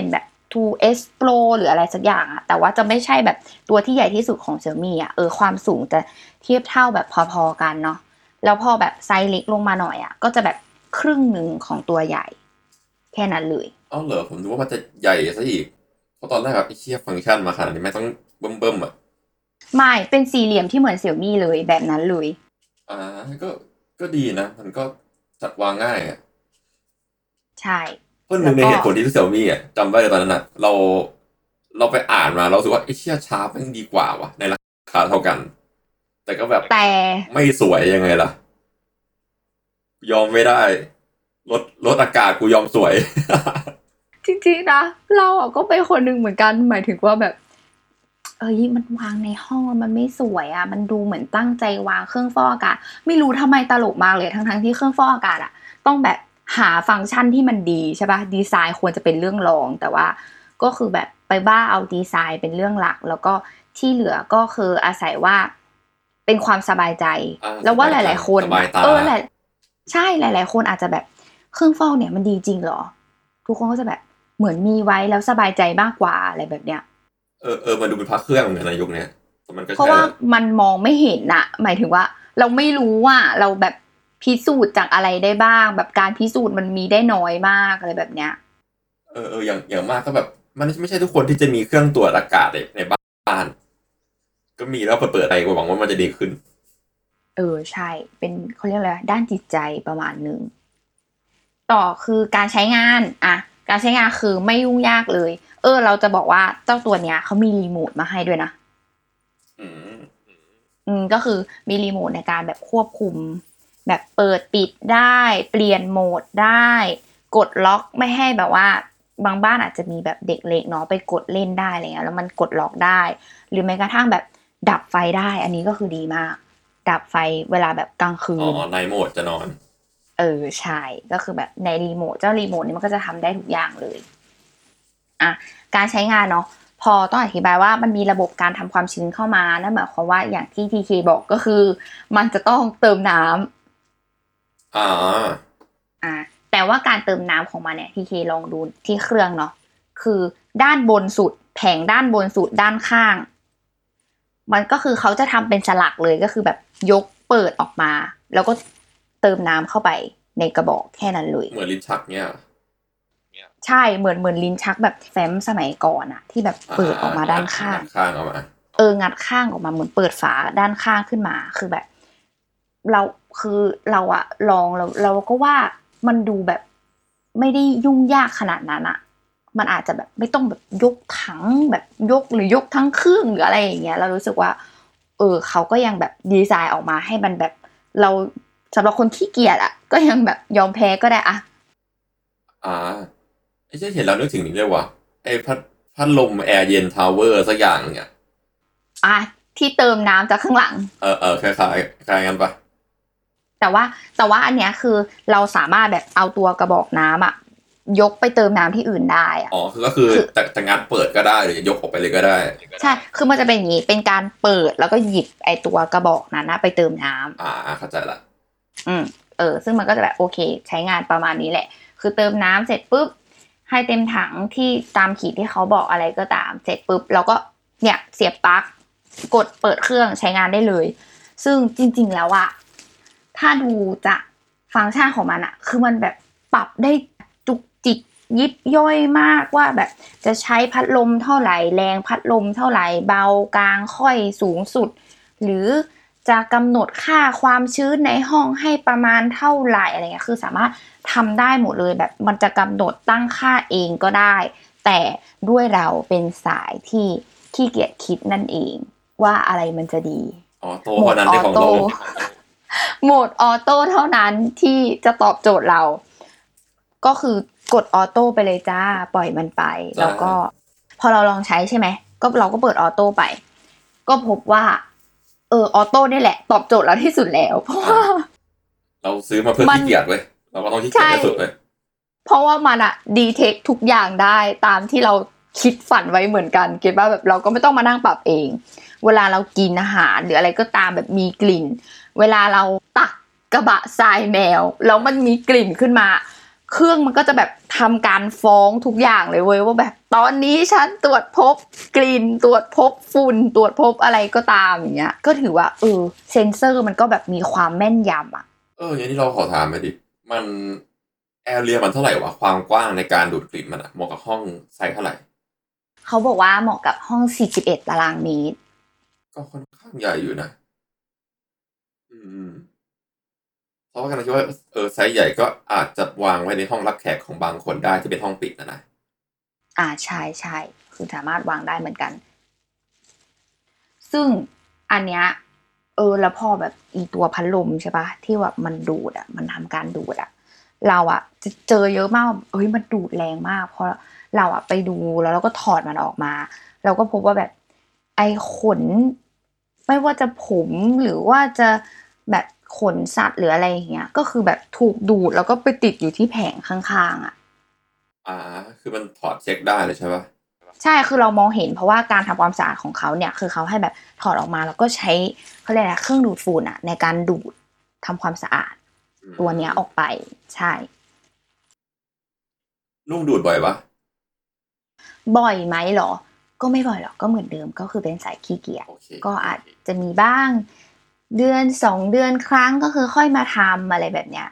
2S Pro หรืออะไรสักอย่างอะแต่ว่าจะไม่ใช่แบบตัวที่ใหญ่ที่สุดของ Xiaomi อะความสูงจะเทียบเท่าแบบพอๆกันเนาะแล้วพอแบบไซส์เล็กลงมาหน่อยอะก็จะแบบครึ่งนึงของตัวใหญ่แค่นั้นเลยอ้าวเหรอผมนึกว่ามันจะใหญ่ซะอีกเพราะตอนแรกแบบไอ้เหี้ยฟังก์ชันมาขนาดนี้ไม่ต้องเบิ่มๆอ่ะไม่เป็นสี่เหลี่ยมที่เหมือน Xiaomi เลยแบบนั้นเลยอ่าก็ดีนะมันก็จัดวางง่ายอ่ะใช่เพราะหแล้วก็นึ่งในเหตุผลที่เซี่ยมี่อ่ะจำได้เลยตอนนั้นอ่ะเราไปอ่านมาเรารู้สึกว่าไอ้เชี่ยชาร์ปมันดีกว่าวะในราคาเท่ากันแต่ก็แบบแต่ไม่สวยยังไงล่ะยอมไม่ได้ลดอากาศกูยอมสวยจริงๆนะเราก็เป็นคนหนึ่งเหมือนกันหมายถึงว่าแบบมันวางในห้องมันไม่สวยอ่ะมันดูเหมือนตั้งใจวางเครื่องฟอกอากาศไม่รู้ทำไมตลกมากเลยทั้งที่เครื่องฟอกอากาศอ่ะต้องแบบหาฟังก์ชันที่มันดีใช่ป่ะดีไซน์ควรจะเป็นเรื่องรองแต่ว่าก็คือแบบไปบ้าเอาดีไซน์เป็นเรื่องหลักแล้วก็ที่เหลือก็คืออาศัยว่าเป็นความสบายใจแล้วว่าหลายๆคนหลายใช่หลายๆคนอาจจะแบบเครื่องฟอกเนี่ยมันดีจริงเหรอทุกคนก็จะแบบเหมือนมีไว้แล้วสบายใจมากกว่าอะไรแบบเนี้ยมันดูเป็นพระเครื่องเหมือนในยุคนี้แต่มันก็เพราะว่ามันมองไม่เห็นน่ะหมายถึงว่าเราไม่รู้ว่าเราแบบพิสูจน์จากอะไรได้บ้างแบบการพิสูจน์มันมีได้น้อยมากอะไรแบบเนี้ยอย่างมากก็แบบมันไม่ใช่ทุกคนที่จะมีเครื่องตรวจอากาศในบ้านก็มีแล้วเปิดอะไรหวังว่ามันจะดีขึ้นใช่เป็นเขาเรียกอะไรด้านจิตใจประมาณนึงต่อคือการใช้งานการใช้งานคือไม่ยุ่งยากเลยเราจะบอกว่าเจ้าตัวเนี้ยเขามีรีโมทมาให้ด้วยนะก็คือมีรีโมทในการแบบควบคุมแบบเปิดปิดได้เปลี่ยนโหมดได้กดล็อกไม่ให้แบบว่าบางบ้านอาจจะมีแบบเด็กเล็กเนาะไปกดเล่นได้อะไรเงี้ยแล้วมันกดล็อกได้หรือแม้กระทั่งแบบดับไฟได้อันนี้ก็คือดีมากดับไฟเวลาแบบกลางคืนในโหมดจะนอนใช่ก็คือแบบในรีโมทเจ้ารีโมทนี้มันก็จะทำได้ทุกอย่างเลยการใช้งานเนาะพอต้องอธิบายว่ามันมีระบบการทำความชื้นเข้ามานั่นหมายความว่าอย่างที่ TK บอกก็คือมันจะต้องเติมน้ำแต่ว่าการเติมน้ำของมันเนี่ย TK ลองดูที่เครื่องเนาะคือด้านบนสุดแผงด้านบนสุดด้านข้างมันก็คือเขาจะทำเป็นฉลักเลยก็คือแบบยกเปิดออกมาแล้วก็เติมน้ำเข้าไปในกระบอกแค่นั้นเลยเหมือนลิ้นชักเนี่ยใช่เหมือนลิ้นชักแบบแฟ้มสมัยก่อนอะที่แบบเปิดออกมาด้านข้างออกมางัดข้างออกมาเหมือนเปิดฝาด้านข้างขึ้นมาคือแบบเราอะลองเราก็ว่ามันดูแบบไม่ได้ยุ่งยากขนาดนั้นอะมันอาจจะแบบไม่ต้องแบบยกถังแบบยกหรือยกทั้งเครื่องหรืออะไรอย่างเงี้ยเรารู้สึกว่าเขาก็ยังแบบดีไซน์ออกมาให้มันแบบเราสำหรับคนขี้เกียจอะก็ยังแบบยอมแพ้ก็ได้อะไอ้เห็นแล้วนึกถึงนี่เลยว่ะไอ้พัดลมแอร์เย็นทาวเวอร์สักอย่างเนี่ยที่เติมน้ำจากข้างหลังคล้ายกันปะแต่ว่าอันเนี้ยคือเราสามารถแบบเอาตัวกระบอกน้ำยกไปเติมน้ำที่อื่นได้ก็คือจะงัดเปิดก็ได้หรือจะยกออกไปเลยก็ได้ใช่คือมันจะเป็นอย่างนี้เป็นการเปิดแล้วก็หยิบไอตัวกระบอกนั้นไปเติมน้ำเข้าใจละซึ่งมันก็จะแบบโอเคใช้งานประมาณนี้แหละคือเติมน้ำเสร็จปุ๊บให้เต็มถังที่ตามขีดที่เขาบอกอะไรก็ตามเสร็จปุ๊บเราก็เนี่ยเสียบปลั๊กกดเปิดเครื่องใช้งานได้เลยซึ่งจริงๆแล้วถ้าดูจากฟังก์ชันของมันคือมันแบบปรับได้จุกจิกยิบย่อยมากว่าแบบจะใช้พัดลมเท่าไหร่แรงพัดลมเท่าไหร่เบากลางค่อยสูงสุดหรือจะกำหนดค่าความชื้นในห้องให้ประมาณเท่าไหร่อะไรเงี้ยคือสามารถทำได้หมดเลยแบบมันจะกำหนดตั้งค่าเองก็ได้แต่ด้วยเราเป็นสายที่ขี้เกียจคิดนั่นเองว่าอะไรมันจะดีโหมดออโต้โหมดออโต้เท่านั้นที่จะตอบโจทย์เราก็คือกดออโต้ไปเลยจ้าปล่อยมันไปแล้วก็พอเราลองใช้ใช่ไหมก็เราก็เปิดออโต้ไปก็พบว่าออโต้นี่แหละตอบโจทย์เราที่สุดแล้วเพราะว่าเราซื้อมาเพื่อขี้เกียจเว้ยเราก็ต้องขี้เกียจที่สุดเลยเพราะว่ามันดีเทคทุกอย่างได้ตามที่เราคิดฝันไว้เหมือนกันเก็ตว่าแบบเราก็ไม่ต้องมานั่งปรับเองเวลาเรากินอาหารหรืออะไรก็ตามแบบมีกลิ่นเวลาเราตักกระบะทรายแมวแล้วมันมีกลิ่นขึ้นมาเครื่องมันก็จะแบบทำการฟ้องทุกอย่างเลยเว้ยว่าแบบตอนนี้ฉันตรวจพบกลิ่นตรวจพบฝุ่นตรวจพบอะไรก็ตามอย่างเงี้ยก็ถือว่าเซนเซอร์มันก็แบบมีความแม่นยำอ่ะอย่างนี้เราขอถามไปดิมันแอเรียมันเท่าไหร่วะความกว้างในการดูดกลิ่นมันเหมาะกับห้องไซส์เท่าไหร่เขาบอกว่าเหมาะกับห้อง41 ตารางเมตรก็ค่อนข้างใหญ่อยู่นะเพราะว่ากำลังคิดว่าไซส์ใหญ่ก็อาจจะวางไว้ในห้องรับแขกของบางคนได้ที่เป็นห้องปิดนะใช่คือสามารถวางได้เหมือนกันซึ่งอันเนี้ยแล้วพอแบบอีตัวพัดลมใช่ปะที่แบบมันดูดอ่ะมันทำการดูดอ่ะเราอ่ะจะเจอเยอะมากมันดูดแรงมากพอเราอ่ะไปดูแล้วเราก็ถอดมันออกมาเราก็พบว่าแบบไอ้ขนไม่ว่าจะผมหรือว่าจะแบบขนสัตว์หรืออะไรอย่างเงี้ยก็คือแบบถูกดูดแล้วก็ไปติดอยู่ที่แผงข้างๆอ่ะคือมันถอดเช็คได้เลยใช่ปะใช่คือเรามองเห็นเพราะว่าการทำความสะอาดของเขาเนี่ยคือเขาให้แบบถอดออกมาแล้วก็ใช้เขาเรียกอะไรเครื่องดูดฝุ่นอ่ะในการดูดทำความสะอาดตัวเนี้ยออกไปใช่ลุงดูดบ่อยปะบ่อยไหมหรอก็ไม่บ่อยหรอกก็เหมือนเดิมก็คือเป็นสายขี้เกียจก็อาจจะมีบ้างเดือน2 เดือนครั้งก็คือค่อยมาทำอะไรแบบเนี้ย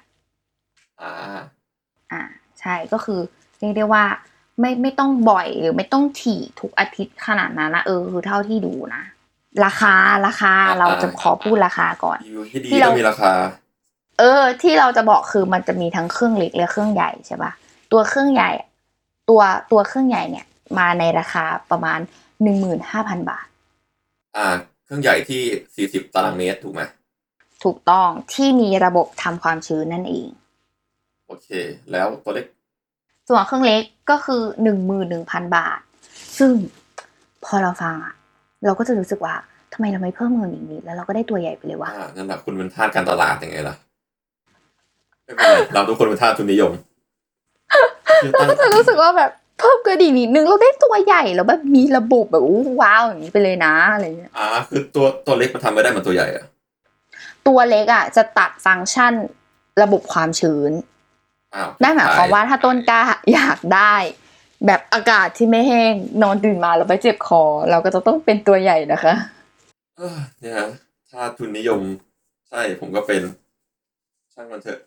ใช่ก็คือเรียกได้ว่าไม่ต้องบ่อยหรือไม่ต้องถี่ทุกอาทิตย์ขนาดนั้นนะคือเท่าที่ดูนะราคาเราจะขอพูดราคาก่อนที่เรามีราคาที่เราจะบอกคือมันจะมีทั้งเครื่องเล็กและเครื่องใหญ่ใช่ป่ะตัวเครื่องใหญ่ตัวเครื่องใหญ่เนี่ยมาในราคาประมาณ 15,000 บาทเครื่องใหญ่ที่40 ตารางเมตรถูกไหมถูกต้องที่มีระบบทำความชื้นนั่นเองโอเคแล้วตัวเล็กส่วนเครื่องเล็กก็คือ 11,000 บาทซึ่งพอเราฟังอ่ะเราก็จะรู้สึกว่าทำไมเราไม่เพิ่มเงินอีกนิดแล้วเราก็ได้ตัวใหญ่ไปเลยวะนั่นแหละคุณเป็นทาสการตลาดยังไงล่ะไม่เป็นไรเราทุกคนเป็นทาสทุนนิยมเราจะรู้สึกว่าแบบเพิ่มเกินอีกนิดนึงเราได้ตัวใหญ่แล้วแบบมีระบบแบบว้าวอย่างนี้ไปเลยนะอะไรเงี้ยคือตัวเล็กมันทำไม่ได้เหมือนตัวใหญ่อะตัวเล็กอ่ะจะตัดฟังก์ชันระบบความชื้นนั่นหมายความว่าถ้าต้นกล้าอยากได้แบบอากาศที่ไม่แห้งนอนตื่นมาแล้วไปเจ็บคอเราก็จะต้องเป็นตัวใหญ่นะคะเนี่ยถ้าทุนนิยมใช่ผมก็เป็นช่างมันเถอะ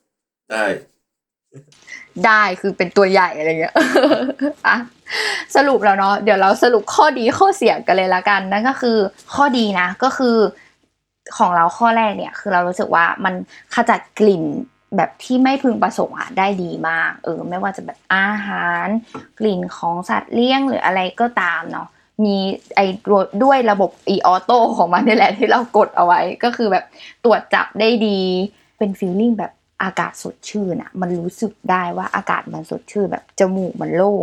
ได้คือเป็นตัวใหญ่อะไรเงี้ยสรุปแล้วเนาะเดี๋ยวเราสรุปข้อดีข้อเสียกันเลยละกันนั่นก็คือข้อดีนะก็คือของเราข้อแรกเนี่ยคือเรารู้สึกว่ามันขจัดกลิ่นแบบที่ไม่พึงประสงค์ได้ดีมากไม่ว่าจะแบบอาหารกลิ่นของสัตว์เลี้ยงหรืออะไรก็ตามเนาะมีด้วยระบบออโต้ของมันนี่แหละที่เรากดเอาไว้ก็คือแบบตรวจจับได้ดีเป็นฟีลลิ่งแบบอากาศสดชื่นมันรู้สึกได้ว่าอากาศมันสดชื่นแบบจมูกมันโล่ง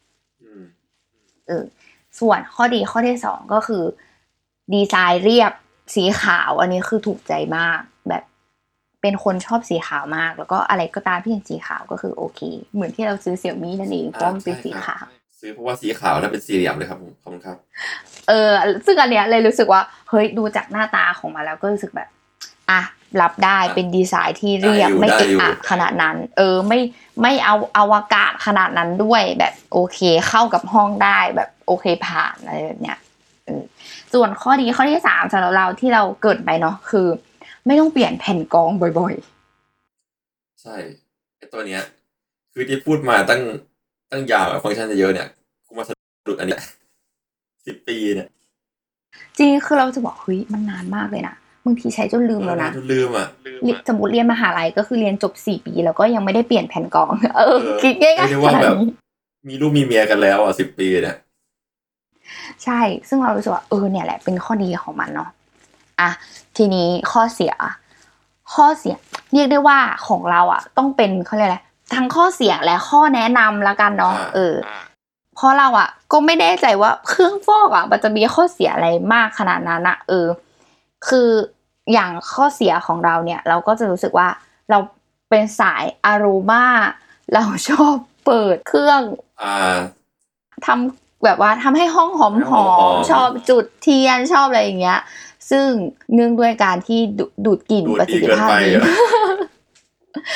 ส่วนข้อดีข้อที่2ก็คือดีไซน์เรียบสีขาวอันนี้คือถูกใจมากแบบเป็นคนชอบสีขาวมากแล้วก็อะไรก็ตามที่เป็นสีขาวก็คือโอเคเหมือนที่เราซื้อ Xiaomi นั่นเองเพราะมันเป็นสีขาวซื้อเพราะว่าสีขาวแล้วเป็นสี่เหลี่ยมเลยครับผมขอบคุณครับซึ่งอันเนี้ยเลยรู้สึกว่าเฮ้ยดูจากหน้าตาของมันแล้วก็รู้สึกแบบรับได้เป็นดีไซน์ที่เรียบไม่เอะอะขนาดนั้นไม่เอาอวกาศขนาดนั้นด้วยแบบโอเคเข้ากับห้องได้แบบโอเคผ่านอะไรแบบเนี้ยส่วนข้อดีข้อที่3สำหรับเราที่เราเกิดไปเนาะคือไม่ต้องเปลี่ยนแผ่นกรองบ่อยๆใช่ไอ้ตัวเนี้ยคือที่พูดมาตั้งยาวฟังก์ชันเยอะเนี่ยกูมาสรุปอันนี้10 ปีเนี่ยจริงคือเราจะบอกเฮ้ยมันนานมากเลยนะบางทีใช้จนลืมแล้วนะลืมสมมุติเรียนมหาลัยก็คือเรียนจบ4 ปีแล้วก็ยังไม่ได้เปลี่ยนแผ่นกรองคิดง่ายๆเรียกว่าแบบมีลูกมีเมียกันแล้ว10 ปีเนี่ยใช่ซึ่งเรารู้สึกว่าเนี่ยแหละเป็นข้อดีของมันเนาะทีนี้ข้อเสียเรียกได้ว่าของเราต้องเป็นเขาเรียกอะไรทั้งข้อเสียและข้อแนะนำละกันเนาะเพราะเราก็ไม่แน่ใจว่าเครื่องฟอกมันจะมีข้อเสียอะไรมากขนาดนั้นคืออย่างข้อเสียของเราเนี่ยเราก็จะรู้สึกว่าเราเป็นสายอโรมาเราชอบเปิดเครื่องทำแบบว่าทำให้ห้องหอมชอบจุดเทียนชอบอะไรอย่างเงี้ยซึ่งเนื่องด้วยการที่ดูดกลิ่นประสิทธิภาพดีก็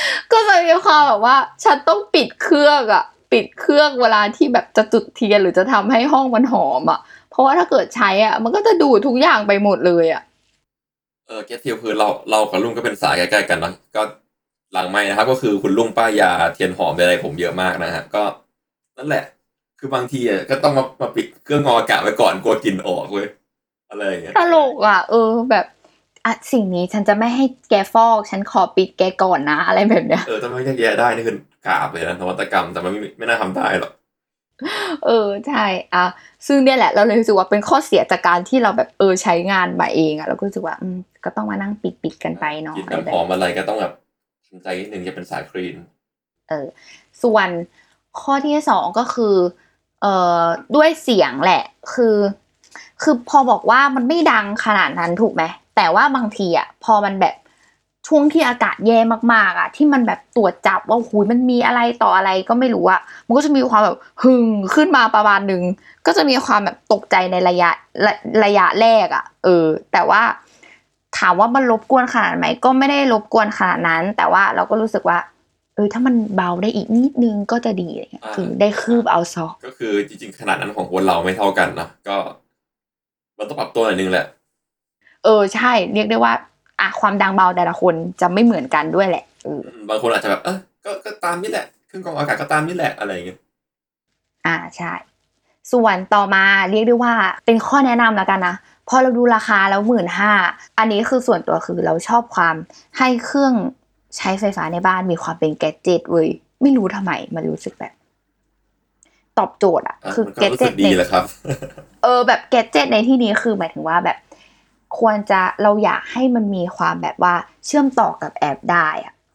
มันจะมีความแบบว่าฉันต้องปิดเครื่องเวลาที่แบบจะจุดเทียนหรือจะทำให้ห้องมันหอมอ่ะเพราะว่าถ้าเกิดใช้อ่ะมันก็จะดูดทุกอย่างไปหมดเลยอ่ะเกสทิลคือเรากับลุงก็เป็นสายใกล้ๆกันเนาะก็หลังไมค์นะครับก็คือคุณลุงป้ายาเทียนหอมอะไรผมเยอะมากนะฮะก็นั่นแหละคือบางทีอ่ะก็ต้องมาปิดเครื่องงออากาศไว้ก่อนกลัวกลิ่นออกเว้ยอะไรอย่างเงี้ยตลกอ่ะแบบสิ่งนี้ฉันจะไม่ให้แกฟอกฉันขอปิดแกก่อนนะอะไรแบบเนี้ยถ้าไม่แยกได้นี่คือกราบเลยนะนวัตกรรมแต่มันไม่น่าทำได้หรอกใช่ซึ่งเนี่ยแหละเราเลยรู้สึกว่าเป็นข้อเสียจากการที่เราแบบใช้งานมาเองเราก็รู้สึกว่าก็ต้องมานั่งปิดกันไปเนาะกินน้ำหอมอะไรก็ต้องแบบทำใจนิดนึงจะเป็นสายคลีนส่วนข้อที่2ก็คือด้วยเสียงแหละคือพอบอกว่ามันไม่ดังขนาดนั้นถูกไหมแต่ว่าบางทีอ่ะพอมันแบบช่วงที่อากาศแย่มากๆอ่ะที่มันแบบตรวจจับว่าหูยมันมีอะไรต่ออะไรก็ไม่รู้อ่ะมันก็จะมีความแบบหึ่งขึ้นมาประมาณนึงก็จะมีความแบบตกใจในระยะแรกอ่ะแต่ว่าถามว่ามันรบกวนขนาดไหมก็ไม่ได้รบกวนขนาดนั้นแต่ว่าเราก็รู้สึกว่าถ้ามันเบาได้อีกนิดนึงก็จะดีอะไรเงี้ยคือได้คืบเอาซอก็คือจริงๆขนาดนั้นของคนเราไม่เท่ากันนะก็มันต้องปรับตัวหน่อยนึงแหละใช่เรียกได้ว่าความดังเบาแต่ละคนจะไม่เหมือนกันด้วยแหละบางคนอาจจะแบบก็ตามนี่แหละเครื่องกรองอากาศก็ตามนี่แหละอะไรอย่างเงี้ยใช่ส่วนต่อมาเรียกได้ว่าเป็นข้อแนะนำแล้วกันนะพอเราดูราคาแล้ว 15,000 อันนี้คือส่วนตัวคือเราชอบความให้เครื่องใช้ไฟฟ้าในบ้านมีความเป็นแกดเจ็ตเว้ยไม่รู้ทำไมมันรู้สึกแบบตอบโจทย์คือแกดเจ็ตดีแหละครับแบบแกดเจ็ตในที่นี้คือหมายถึงว่าแบบควรจะเราอยากให้มันมีความแบบว่าเชื่อมต่อกับแอปได้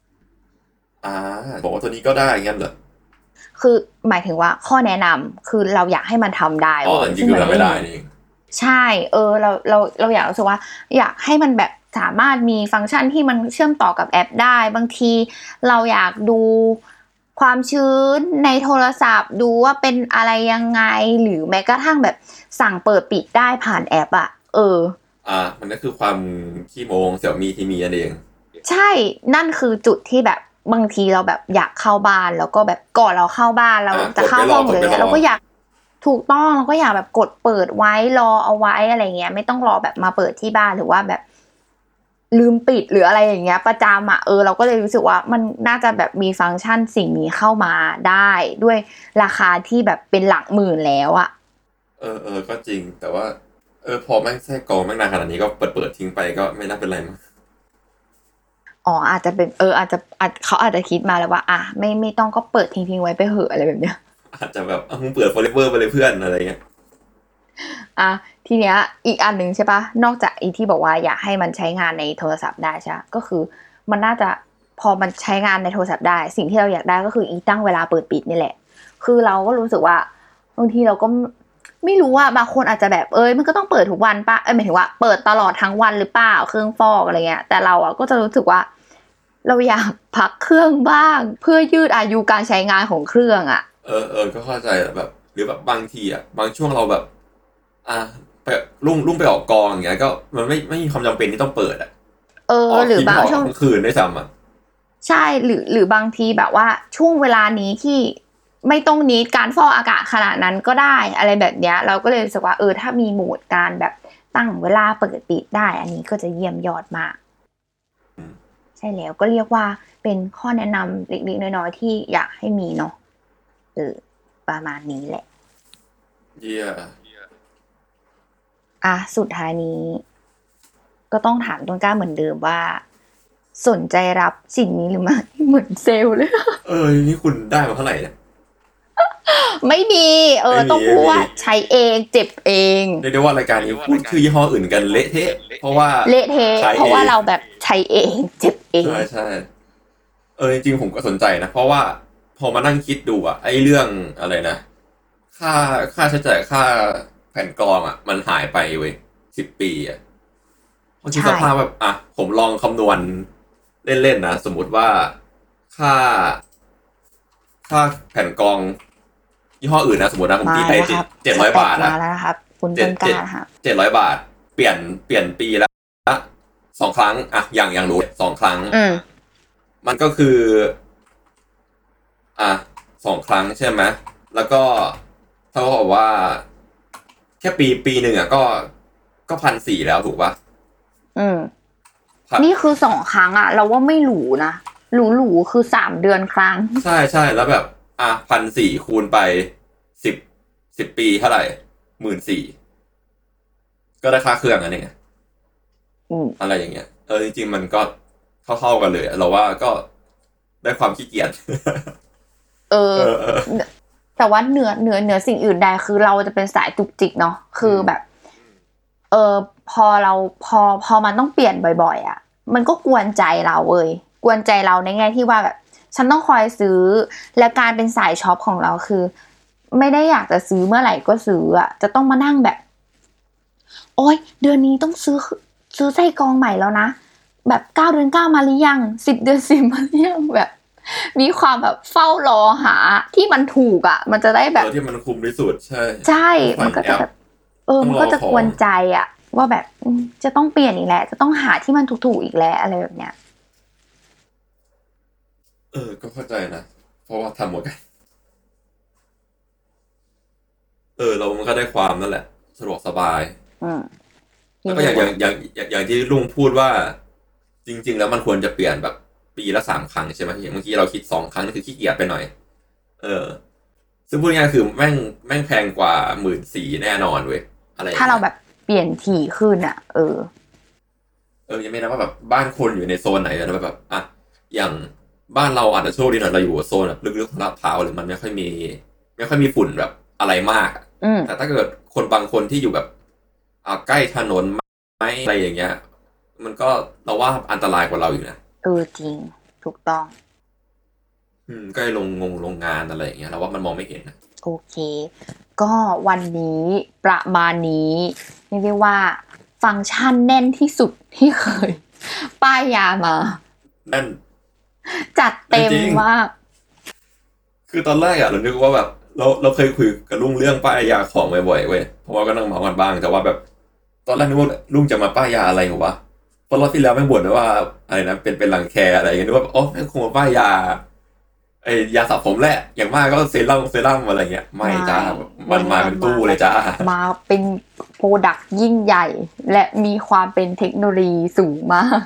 บอกว่าตัวนี้ก็ได้งั้นเหรอคือหมายถึงว่าข้อแนะนำคือเราอยากให้มันทำได้จริงๆมันไม่ได้นี่ใช่เราอยากรู้สึกว่าอยากให้มันแบบสามารถมีฟังก์ชันที่มันเชื่อมต่อกับแอปได้บางทีเราอยากดูความชื้นในโทรศัพท์ดูว่าเป็นอะไรยังไงหรือแม้กระทั่งแบบสั่งเปิดปิดได้ผ่านแอปมันก็คือความขี้โมงเสี่ยวมี่ที่มีนั่นเองใช่นั่นคือจุดที่แบบบางทีเราแบบอยากเข้าบ้านแล้วก็แบบก่อนเราเข้าบ้านเราจะเข้าห้องเลยเราก็อยากถูกต้องเราก็อยากแบบกดเปิดไว้รอเอาไว้อะไรเงี้ยไม่ต้องรอแบบมาเปิดที่บ้านหรือว่าแบบลืมปิดหรืออะไรอย่างเงี้ยประจำเราก็เลยรู้สึกว่ามันน่าจะแบบมีฟังก์ชันสิ่งนี้เข้ามาได้ด้วยราคาที่แบบเป็นหลักหมื่นแล้วก็จริงแต่ว่าพอแม่งแทรกกองแม่งนานขนาดนี้ก็เปิดทิ้งไปก็ไม่น่าเป็นไรมั้งอาจจะเป็นเขาอาจจะคิดมาแล้วว่าไม่ต้องก็เปิดทิ้งไว้ไปเหอะอะไรแบบเนี้ยอาจจะแบบมึงเปิด forever ไปเลยเพื่อนอะไรเงี้ยทีเนี้ยอีกอันนึงใช่ปะนอกจากอีที่บอกว่าอยากให้มันใช้งานในโทรศัพท์ได้ใช่ก็คือมันน่าจะพอมันใช้งานในโทรศัพท์ได้สิ่งที่เราอยากได้ก็คืออีตั้งเวลาเปิดปิดนี่แหละคือเราก็รู้สึกว่าบางทีเราก็ไม่รู้ว่าบางคนอาจจะแบบมันก็ต้องเปิดทุกวันป่ะหมายถึงว่าเปิดตลอดทั้งวันหรือเปล่าเครื่องฟอกอะไรเงี้ยแต่เราก็จะรู้สึกว่าเราอยากพักเครื่องบ้างเพื่อยืดอายุการใช้งานของเครื่องก็เข้าใจแบบหรือแบบบางทีบางช่วงเราแบบไปลุ่งไปออกกองอย่างเงี้ยก็มันไม่มีความจำเป็นที่ต้องเปิดหรือบางช่วงคืนได้ซ้ำใช่หรือบางทีแบบว่าช่วงเวลานี้ที่ไม่ต้องนิดการฟอกอากาศขนาดนั้นก็ได้อะไรแบบเนี้ยเราก็เลยรู้สึกว่าถ้ามีโหมดการแบบตั้งเวลาเปิดปิดได้อันนี้ก็จะเยี่ยมยอดมากใช่แล้วก็เรียกว่าเป็นข้อแนะนำเล็กๆน้อยๆที่อยากให้มีเนาะประมาณนี้แหละสุดท้ายนี้ก็ต้องถามต้นกล้าเหมือนเดิมว่าสนใจรับสิ่งนี้หรือไม่เหมือนเซลเลยนี่คุณได้มาเท่าไหร่เนี่ยไม่มีต้องพูดว่าใช้เองเจ็บเองเรียกได้ว่ารายการนี้พูดชื่อยี่ห้ออื่นกันเละเทะเพราะว่าเละเทะเพราะว่าเราแบบใช้เองเจ็บเองใช่จริงๆผมก็สนใจนะเพราะว่าพอมานั่งคิดดูไอ้เรื่องอะไรนะค่าใช้จ่ายค่าแผ่นกรองมันหายไปเว้ย10 ปีบางทีสภาพแบบผมลองคำนวณเล่นๆนะสมมุติว่าค่าแผ่นกรองยี่ห้ออื่นนะสมมตินะผมตีไป700 บาทมาแล้วนะครับคุณต้นกล้าครับ 700 บาทเปลี่ยนปีละ2 ครั้งอย่างรู้2 ครั้งมันก็คือ 2 ครั้งใช่ไหมแล้วก็เท่ากับว่าแค่ปีหนึ่งอ่ะก็1,400แล้วถูกป่ะนี่คือ2 ครั้งอ่ะเราว่าไม่หรูนะหรูคือ3 เดือนครั้งใช่แล้วแบบ1,400คูณไป10ปีเท่าไหร่14,000ก็ได้ค่าเครื่องอันนี้ไงอะไรอย่างเงี้ยจริงๆมันก็เท่ากันเลยเราว่าก็ได้ความขี้เกียจแต่ว่าเหนือสิ่งอื่นใดคือเราจะเป็นสายจุกจิกเนาะคือแบบพอมันต้องเปลี่ยนบ่อยๆอ่ะมันก็กวนใจเรากวนใจเราในแง่ที่ว่าแบบฉันต้องคอยซื้อและการเป็นสายช็อปของเราคือไม่ได้อยากจะซื้อเมื่อไหร่ก็ซื้ออ่ะจะต้องมานั่งแบบโอ๊ยเดือนนี้ต้องซื้อไส้กรองใหม่แล้วนะแบบ9 เดือน 9มาหรือยัง10 เดือน 10มาหรือยังแบบมีความแบบเฝ้ารอหาที่มันถูกอ่ะมันจะได้แบบที่มันคุ้มที่สุดใช่มันก็จะแบบมันก็จะกวนใจอ่ะว่าแบบจะต้องเปลี่ยนอีกแล้วจะต้องหาที่มันถูกๆอีกแล้วอะไรแบบเนี้ยก็เข้าใจนะเพราะว่าทำหมดกันเรามันก็ได้ความนั่นแหละสะดวกสบายแล้วก็อย่างที่ลุงพูดว่าจริงๆแล้วมันควรจะเปลี่ยนแบบปีละ3 ครั้งใช่ไหมอย่างเมื่อกี้เราคิด2 ครั้งนี่คือขี้เกียจไปหน่อยซึ่งพูดง่ายๆคือแม่งแพงกว่า14,000แน่นอนเว้ยอะไรถ้าเราแบบเปลี่ยนถี่ขึ้นอ่ะยังไม่นับว่าแบบบ้านคนอยู่ในโซนไหนนะแบบอย่างบ้านเราอาจจะโชคดีหน่อยเราอยู่โซนแบบลึกๆของลาดพร้าวหรือมันไม่ค่อยมีฝุ่นแบบอะไรมากแต่ถ้าเกิดคนบางคนที่อยู่แบบใกล้ถนนไม้อะไรอย่างเงี้ยมันก็เราว่าอันตรายกว่าเราอยู่นะจริงถูกต้องใกล้โรงงานอะไรอย่างเงี้ยเราว่ามันมองไม่เห็นนะโอเคก็วันนี้ประมาณนี้เรียกได้ว่าฟังก์ชันแน่นที่สุดที่เคยป้ายยามาแน่นจัดเต็มมากคือตอนแรกเรานึกว่าแบบเราเคยคุยกับลุงเรื่องป้ายยาของบ่อยๆเว้ยเพราะว่าก็นั่งเมากันบ้างแต่ว่าแบบตอนแรกนึกว่าลุงจะมาป้ายยาอะไรหรอวะเพราะรอบที่แล้วแม่งบ่นว่าอะไรนะเป็นรังแคอะไรอย่างเงี้ยนึกว่าแม่งคงมาป้ายยายาสระผมแหละอย่างมากก็เซรั่มอะไรเงี้ยไม่จ้ามันมาเป็นตู้เลยจ้ามาเป็นโปรดักต์ยิ่งใหญ่และมีความเป็นเทคโนโลยีสูงมาก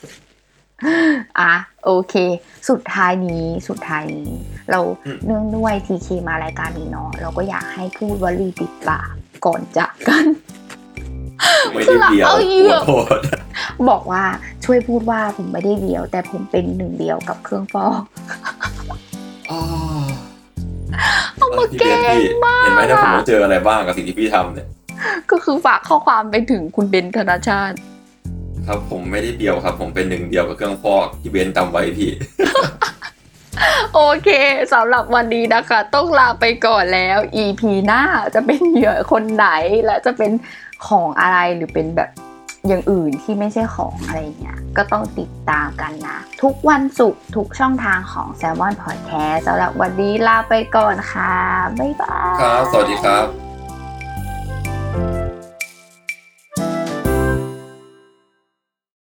โอเคสุดท้ายนี้เราเนื่องด้วยทีเคมารายการนี้เนาะเราก็อยากให้พูดวลีติดปากก่อนจากกันไม่ได้เดียวโทษบอกว่าช่วยพูดว่าผมไม่ได้เดียวแต่ผมเป็นหนึ่งเดียวกับเครื่องฟอกเอามาแก้มากเห็นไหมถ้าผมต้องเจออะไรบ้างกับสิ่งที่พี่ทำเนี่ยก็คือฝากข้อความไปถึงคุณเบนธนชาติครับผมไม่ได้เดียวครับผมเป็นหนึ่งเดียวกับเครื่องฟอกที่เบนจำไว้พี่โอเคสำหรับวันนี้นะคะต้องลาไปก่อนแล้ว EP หน้าจะเป็นเหยื่อคนไหนและจะเป็นของอะไรหรือเป็นแบบอย่างอื่นที่ไม่ใช่ของอะไรเงี้ยก็ต้องติดตามกันนะทุกวันศุกร์ทุกช่องทางของ Salmon Podcast สำหรับวันนี้ลาไปก่อนค่ะบ๊ายบายครับสวัสดีครับ